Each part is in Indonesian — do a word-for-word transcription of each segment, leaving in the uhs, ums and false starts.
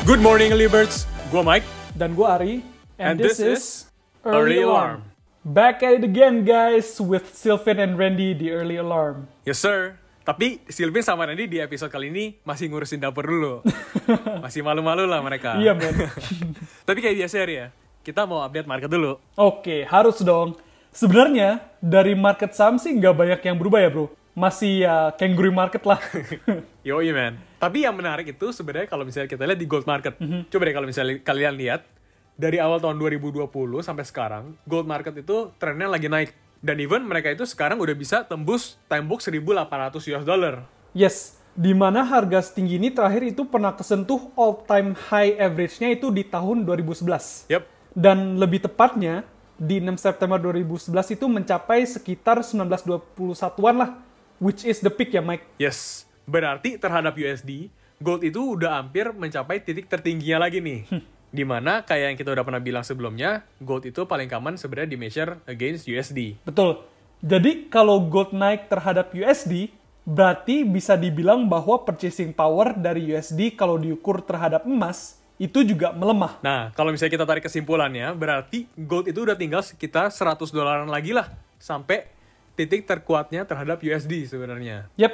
Good morning, early birds. Gue Mike. Dan gue Ari. And, and this, this is Early Alarm. Back at it again, guys, with Sylvan and Randy di Early Alarm. Yes, sir. Tapi Sylvan sama Randy di episode kali ini masih ngurusin dapur dulu. Masih malu-malu lah mereka. Iya, men. Tapi kayak biasa ya, kita mau update market dulu. Oke, harus dong. Sebenarnya, dari market saham sih nggak banyak yang berubah ya, bro. Masih ya kangaroo market lah. Yoi, man. Tapi yang menarik itu sebenarnya kalau misalnya kita lihat di gold market. Mm-hmm. Coba deh kalau misalnya kalian lihat, dari awal tahun dua ribu dua puluh sampai sekarang, gold market itu trennya lagi naik. Dan even mereka itu sekarang udah bisa tembus tembok seribu delapan ratus US dollar. Yes, di mana harga setinggi ini terakhir itu pernah kesentuh all time high average-nya itu di tahun dua ribu sebelas. Yep. Dan lebih tepatnya, di enam September dua ribu sebelas itu mencapai sekitar seribu sembilan ratus dua puluh satuan lah. Which is the peak ya, Mike? Yes. Berarti terhadap U S D, gold itu udah hampir mencapai titik tertingginya lagi nih. Hmm. Dimana kayak yang kita udah pernah bilang sebelumnya, gold itu paling common sebenarnya di measure against U S D. Betul. Jadi kalau gold naik terhadap U S D, berarti bisa dibilang bahwa purchasing power dari U S D kalau diukur terhadap emas, itu juga melemah. Nah, kalau misalnya kita tarik kesimpulannya, berarti gold itu udah tinggal sekitar seratus dolaran lagi lah. Sampai titik terkuatnya terhadap U S D sebenarnya. Yap,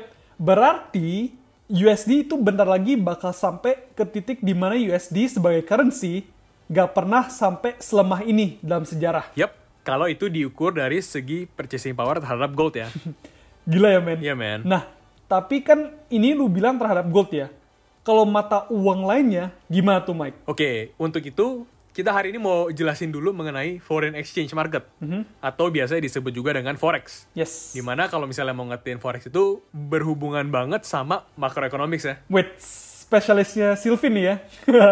berarti U S D itu bentar lagi bakal sampai ke titik di mana U S D sebagai currency gak pernah sampai selemah ini dalam sejarah. Yap, kalau itu diukur dari segi purchasing power terhadap gold ya. Gila ya, men? Iya, yeah, men. Nah, tapi kan ini lu bilang terhadap gold ya. Kalau mata uang lainnya, gimana tuh, Mike? Oke, okay, untuk itu kita hari ini mau jelasin dulu mengenai foreign exchange market. Mm-hmm. Atau biasanya disebut juga dengan forex. Yes. Dimana kalau misalnya mau ngertiin forex itu berhubungan banget sama macroeconomics ya. Wait, spesialisnya Sylvan nih ya?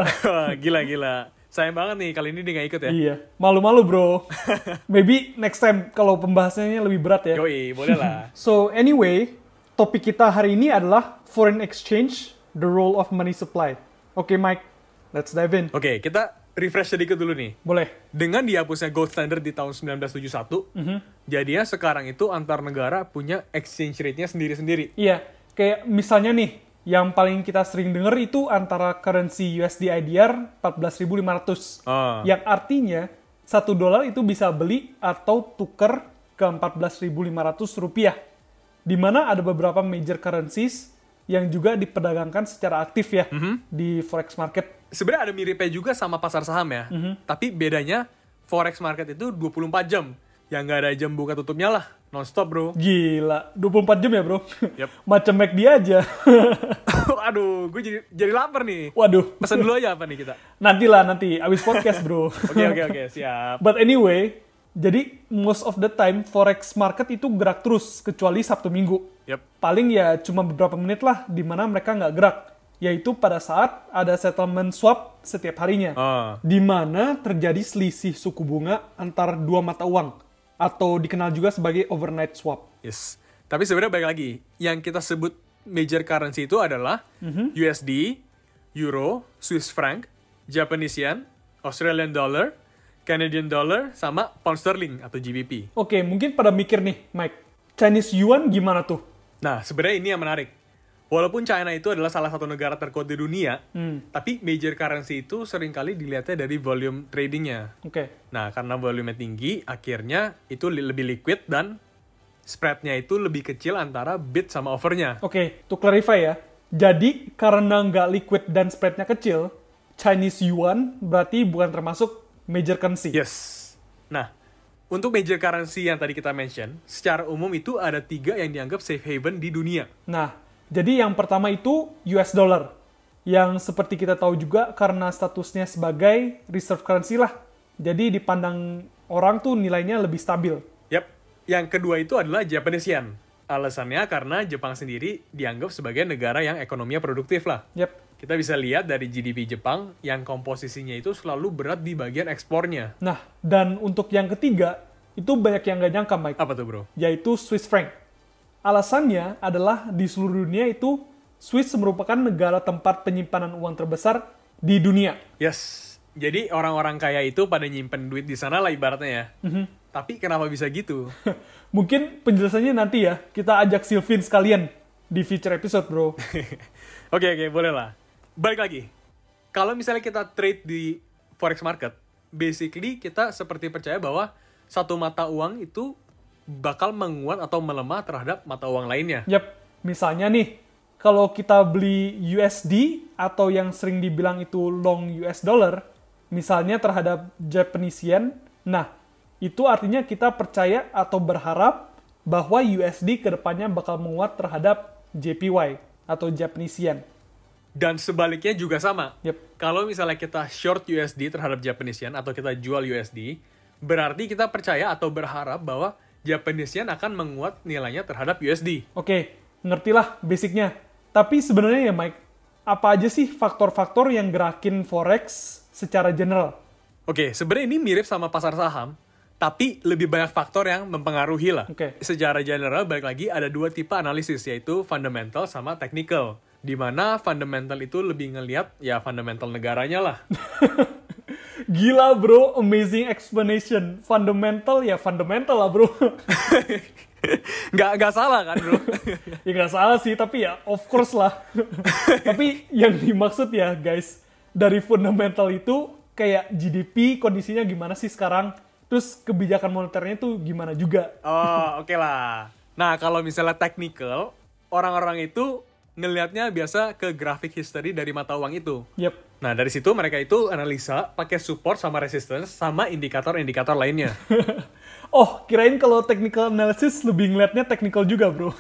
Gila-gila. Sayang banget nih kali ini dia gak ikut ya. Iya, malu-malu bro. Maybe next time kalau pembahasannya lebih berat ya. Yoi, boleh lah. So anyway, topik kita hari ini adalah foreign exchange, the role of money supply. Oke, okay, Mike, let's dive in. Oke, okay, kita refresh sedikit dulu nih. Boleh. Dengan dihapusnya gold standard di tahun sembilan belas tujuh puluh satu, mm-hmm. jadinya sekarang itu antar negara punya exchange rate-nya sendiri-sendiri. Iya, kayak misalnya nih, yang paling kita sering denger itu antara currency U S D I D R empat belas ribu lima ratus. Uh. Yang artinya, satu dolar itu bisa beli atau tuker ke empat belas ribu lima ratus rupiah. Di mana ada beberapa major currencies yang juga diperdagangkan secara aktif ya, mm-hmm. di forex market. Sebenarnya ada miripnya juga sama pasar saham ya. Mm-hmm. Tapi bedanya forex market itu dua puluh empat jam. Yang nggak ada jam buka tutupnya lah. Non-stop, bro. Gila. dua puluh empat jam ya, bro? Yep. Macam McD aja. Aduh, gue jadi, jadi lapar nih. Waduh. Pesan dulu aja apa nih kita? Nantilah, nanti. Abis podcast, bro. Oke, oke, oke. Siap. But anyway, jadi most of the time forex market itu gerak terus. Kecuali Sabtu Minggu. Yep. Paling ya cuma beberapa menit lah di mana mereka nggak gerak. Yaitu pada saat ada settlement swap setiap harinya. Uh. Di mana terjadi selisih suku bunga antar dua mata uang. Atau dikenal juga sebagai overnight swap. Yes. Tapi sebenarnya balik lagi. Yang kita sebut major currency itu adalah mm-hmm. U S D, Euro, Swiss franc, Japanese yen, Australian dollar, Canadian dollar, sama pound sterling atau G B P. Oke, mungkin pada mikir nih, Mike. Chinese yuan gimana tuh? Nah, sebenarnya ini yang menarik. Walaupun China itu adalah salah satu negara terkuat di dunia, hmm. tapi major currency itu seringkali dilihatnya dari volume tradingnya. Oke. Okay. Nah, karena volumenya tinggi, akhirnya itu li- lebih liquid dan spreadnya itu lebih kecil antara bid sama offernya. Oke, okay, to clarify ya. Jadi, karena nggak liquid dan spreadnya kecil, Chinese yuan berarti bukan termasuk major currency. Yes. Nah, untuk major currency yang tadi kita mention, secara umum itu ada tiga yang dianggap safe haven di dunia. Nah, jadi yang pertama itu U S dollar, yang seperti kita tahu juga karena statusnya sebagai reserve currency lah. Jadi dipandang orang tuh nilainya lebih stabil. Yap. Yang kedua itu adalah Japanese yen. Alasannya karena Jepang sendiri dianggap sebagai negara yang ekonominya produktif lah. Yap. Kita bisa lihat dari G D P Jepang yang komposisinya itu selalu berat di bagian ekspornya. Nah, dan untuk yang ketiga, itu banyak yang gak nyangka, Mike. Apa tuh, bro? Yaitu Swiss franc. Alasannya adalah di seluruh dunia itu Swiss merupakan negara tempat penyimpanan uang terbesar di dunia. Yes. Jadi orang-orang kaya itu pada nyimpen duit di sana lah ibaratnya ya. Mm-hmm. Tapi kenapa bisa gitu? Mungkin penjelasannya nanti ya. Kita ajak Sylvan sekalian di future episode, bro. Oke, oke, boleh lah. Balik lagi. kalau misalnya kita trade di forex market, basically kita seperti percaya bahwa satu mata uang itu bakal menguat atau melemah terhadap mata uang lainnya. Yap, misalnya nih, kalau kita beli U S D atau yang sering dibilang itu long U S dollar, misalnya terhadap Japanese yen, nah itu artinya kita percaya atau berharap bahwa U S D kedepannya bakal menguat terhadap J P Y atau Japanese yen. Dan sebaliknya juga sama. Yep. Kalau misalnya kita short U S D terhadap Japanese yen atau kita jual U S D, berarti kita percaya atau berharap bahwa Japanese yen akan menguat nilainya terhadap U S D. Oke, ngertilah basicnya. Tapi sebenarnya ya Mike, apa aja sih faktor-faktor yang gerakin forex secara general? Oke, sebenarnya ini mirip sama pasar saham, tapi lebih banyak faktor yang mempengaruhi lah. Oke. Secara general, balik lagi ada dua tipe analisis, yaitu fundamental sama technical. Di mana fundamental itu lebih ngelihat ya fundamental negaranya lah. Gila bro, amazing explanation. Fundamental ya fundamental lah bro. Nggak, nggak salah kan bro? Ya nggak salah sih, tapi ya of course lah. Tapi yang dimaksud ya guys, dari fundamental itu kayak G D P kondisinya gimana sih sekarang, terus kebijakan moneternya itu gimana juga. Oh, oke okay lah. Nah, kalau misalnya technical, orang-orang itu ngelihatnya biasa ke grafik history dari mata uang itu. Yep. Nah, dari situ mereka itu analisa pakai support sama resistance sama indikator-indikator lainnya. Oh, kirain kalau technical analysis lebih ngeliatnya technical juga, bro.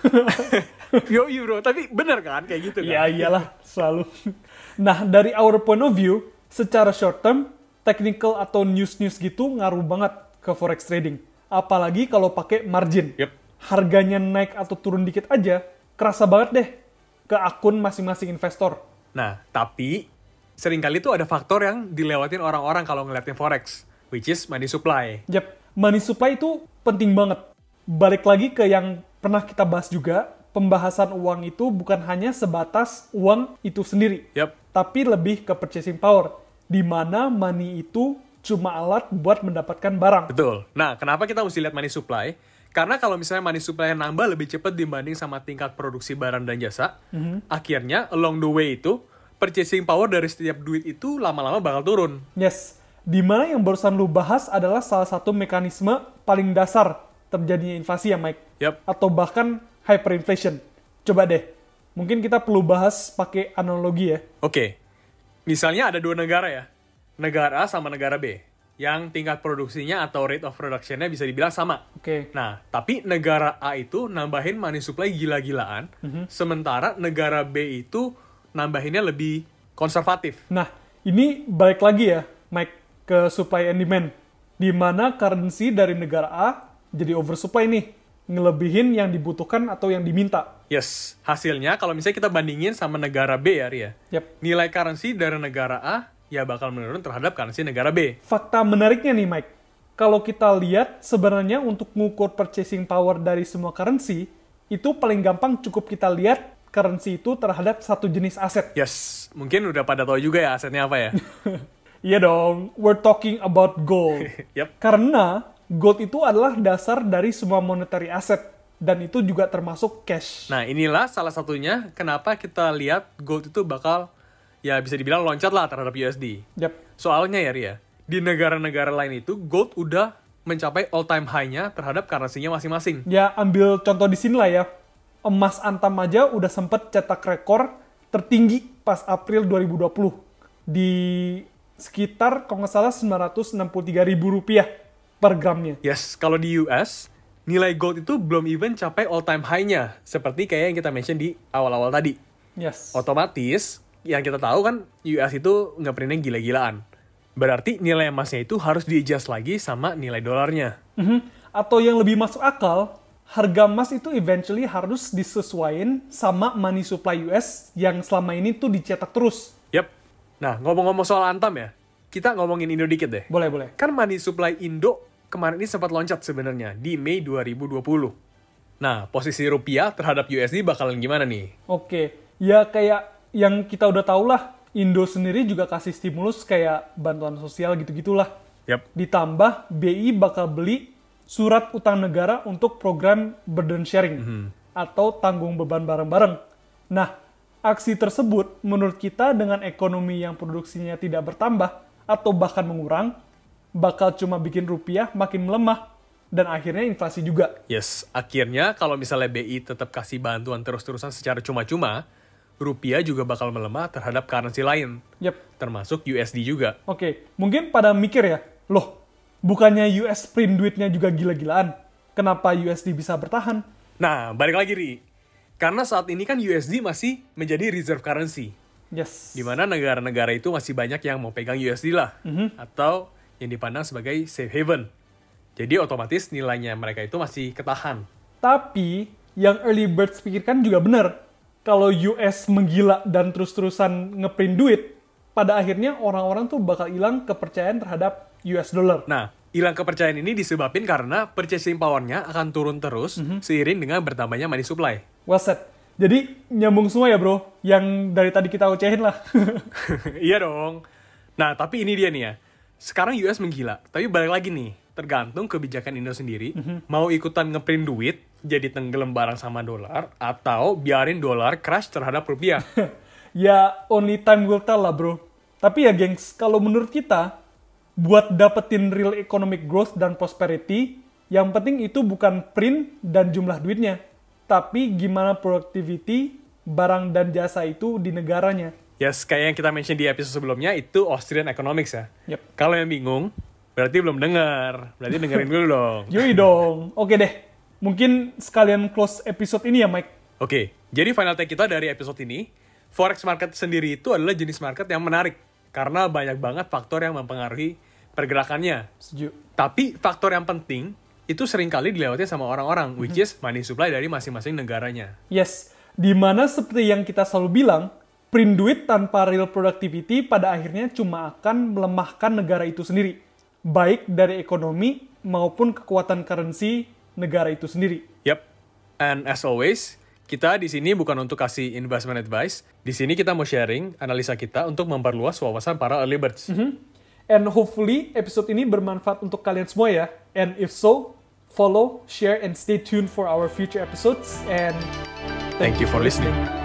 Yoi bro, tapi bener kan kayak gitu kan? Ya iyalah, selalu. Nah, dari our point of view, secara short term, technical atau news-news gitu ngaruh banget ke forex trading. Apalagi kalau pakai margin. Yep. Harganya naik atau turun dikit aja, kerasa banget deh ke akun masing-masing investor. Nah, tapi seringkali tuh ada faktor yang dilewatin orang-orang kalau ngeliatin forex, which is money supply. Yap, money supply itu penting banget. Balik lagi ke yang pernah kita bahas juga, pembahasan uang itu bukan hanya sebatas uang itu sendiri, Yap. tapi lebih ke purchasing power, di mana money itu cuma alat buat mendapatkan barang. Betul. Nah, kenapa kita mesti lihat money supply? Karena kalau misalnya money supply nambah lebih cepat dibanding sama tingkat produksi barang dan jasa, mm-hmm. akhirnya along the way itu, purchasing power dari setiap duit itu lama-lama bakal turun. Yes, di mana yang barusan lu bahas adalah salah satu mekanisme paling dasar terjadinya inflasi ya Mike? Yep. Atau bahkan hyperinflation. Coba deh, mungkin kita perlu bahas pakai analogi ya. Oke, misalnya ada dua negara ya, negara A sama negara B, yang tingkat produksinya atau rate of production-nya bisa dibilang sama. Oke. Nah, tapi negara A itu nambahin money supply gila-gilaan, mm-hmm. sementara negara B itu nambahinnya lebih konservatif. Nah, ini balik lagi ya, Mike, ke supply and demand. Di mana currency dari negara A jadi oversupply nih, ngelebihin yang dibutuhkan atau yang diminta. Yes, hasilnya kalau misalnya kita bandingin sama negara B ya, Ria. Yep. Nilai currency dari negara A ya bakal menurun terhadap currency negara B. Fakta menariknya nih, Mike. Kalau kita lihat, sebenarnya untuk mengukur purchasing power dari semua currency, itu paling gampang cukup kita lihat currency itu terhadap satu jenis aset. Yes, mungkin udah pada tahu juga ya asetnya apa ya. Iya dong, we're talking about gold. Yep. Karena gold itu adalah dasar dari semua monetary asset, dan itu juga termasuk cash. Nah, inilah salah satunya kenapa kita lihat gold itu bakal ya bisa dibilang loncat lah terhadap U S D. Yep. Soalnya ya Ria, di negara-negara lain itu gold udah mencapai all time high-nya terhadap currency-nya masing-masing. Ya ambil contoh di sini lah ya. Emas antam aja udah sempet cetak rekor tertinggi pas April dua ribu dua puluh. Di sekitar kalau nggak salah sembilan ratus enam puluh tiga ribu rupiah per gramnya. Yes, kalau di U S, nilai gold itu belum even capai all time high-nya. Seperti kayak yang kita mention di awal-awal tadi. Yes. Otomatis, yang kita tahu kan U S itu nge-printnya gila-gilaan. Berarti nilai emasnya itu harus di-adjust lagi sama nilai dolarnya. Mm-hmm. Atau yang lebih masuk akal, harga emas itu eventually harus disesuaikan sama money supply U S yang selama ini tuh dicetak terus. Yap. Nah, ngomong-ngomong soal Antam ya, kita ngomongin Indo dikit deh. Boleh, boleh. Kan money supply Indo kemarin ini sempat loncat sebenarnya di Mei dua ribu dua puluh. Nah, posisi rupiah terhadap U S D bakalan gimana nih? Oke, ya kayak yang kita udah tahu lah, Indo sendiri juga kasih stimulus kayak bantuan sosial gitu-gitulah. Yap. Ditambah B I bakal beli surat utang negara untuk program burden sharing, mm-hmm. atau tanggung beban bareng-bareng. Nah, aksi tersebut menurut kita dengan ekonomi yang produksinya tidak bertambah atau bahkan mengurang, bakal cuma bikin rupiah makin melemah dan akhirnya inflasi juga. Yes, akhirnya kalau misalnya B I tetap kasih bantuan terus-terusan secara cuma-cuma, rupiah juga bakal melemah terhadap currency lain. Yep. Termasuk U S D juga. Oke, mungkin pada mikir ya, loh, bukannya U S print duitnya juga gila-gilaan? Kenapa U S D bisa bertahan? Nah, balik lagi, Ri. Karena saat ini kan U S D masih menjadi reserve currency. Yes. Dimana negara-negara itu masih banyak yang mau pegang U S D lah. Mm-hmm. Atau yang dipandang sebagai safe haven. Jadi otomatis nilainya mereka itu masih ketahan. Tapi, yang early birds pikirkan juga benar. Kalau U S menggila dan terus-terusan ngeprint duit, pada akhirnya orang-orang tuh bakal hilang kepercayaan terhadap U S dollar. Nah, hilang kepercayaan ini disebabkan karena purchasing power-nya akan turun terus mm-hmm. seiring dengan bertambahnya money supply. Well said. Jadi, nyambung semua ya bro, yang dari tadi kita ocehin lah. Iya dong. Nah, tapi ini dia nih ya. Sekarang U S menggila, tapi balik lagi nih, tergantung kebijakan Indo sendiri, mm-hmm. mau ikutan ngeprint duit, jadi tenggelam bareng sama dolar, atau biarin dolar crash terhadap rupiah. Ya, only time will tell lah bro. Tapi ya gengs, kalau menurut kita, buat dapetin real economic growth dan prosperity, yang penting itu bukan print dan jumlah duitnya, tapi gimana productivity, barang dan jasa itu di negaranya. Yes, kayak yang kita mention di episode sebelumnya, itu Austrian Economics ya. Yep. Kalau yang bingung, berarti belum dengar. Berarti dengerin dulu dong. Yoi dong. Oke deh. Mungkin sekalian close episode ini ya, Mike. Oke. Jadi final take kita dari episode ini, Forex market sendiri itu adalah jenis market yang menarik. Karena banyak banget faktor yang mempengaruhi pergerakannya. Setuju. Tapi faktor yang penting, itu seringkali dilewati sama orang-orang, which is money supply dari masing-masing negaranya. Yes. Dimana seperti yang kita selalu bilang, print duit tanpa real productivity pada akhirnya cuma akan melemahkan negara itu sendiri. Baik dari ekonomi maupun kekuatan currency negara itu sendiri. Yep. And as always, kita di sini bukan untuk kasih investment advice. Di sini kita mau sharing analisa kita untuk memperluas wawasan para early birds. Mm-hmm. And hopefully episode ini bermanfaat untuk kalian semua ya. And if so, follow, share, and stay tuned for our future episodes. And thank you for listening.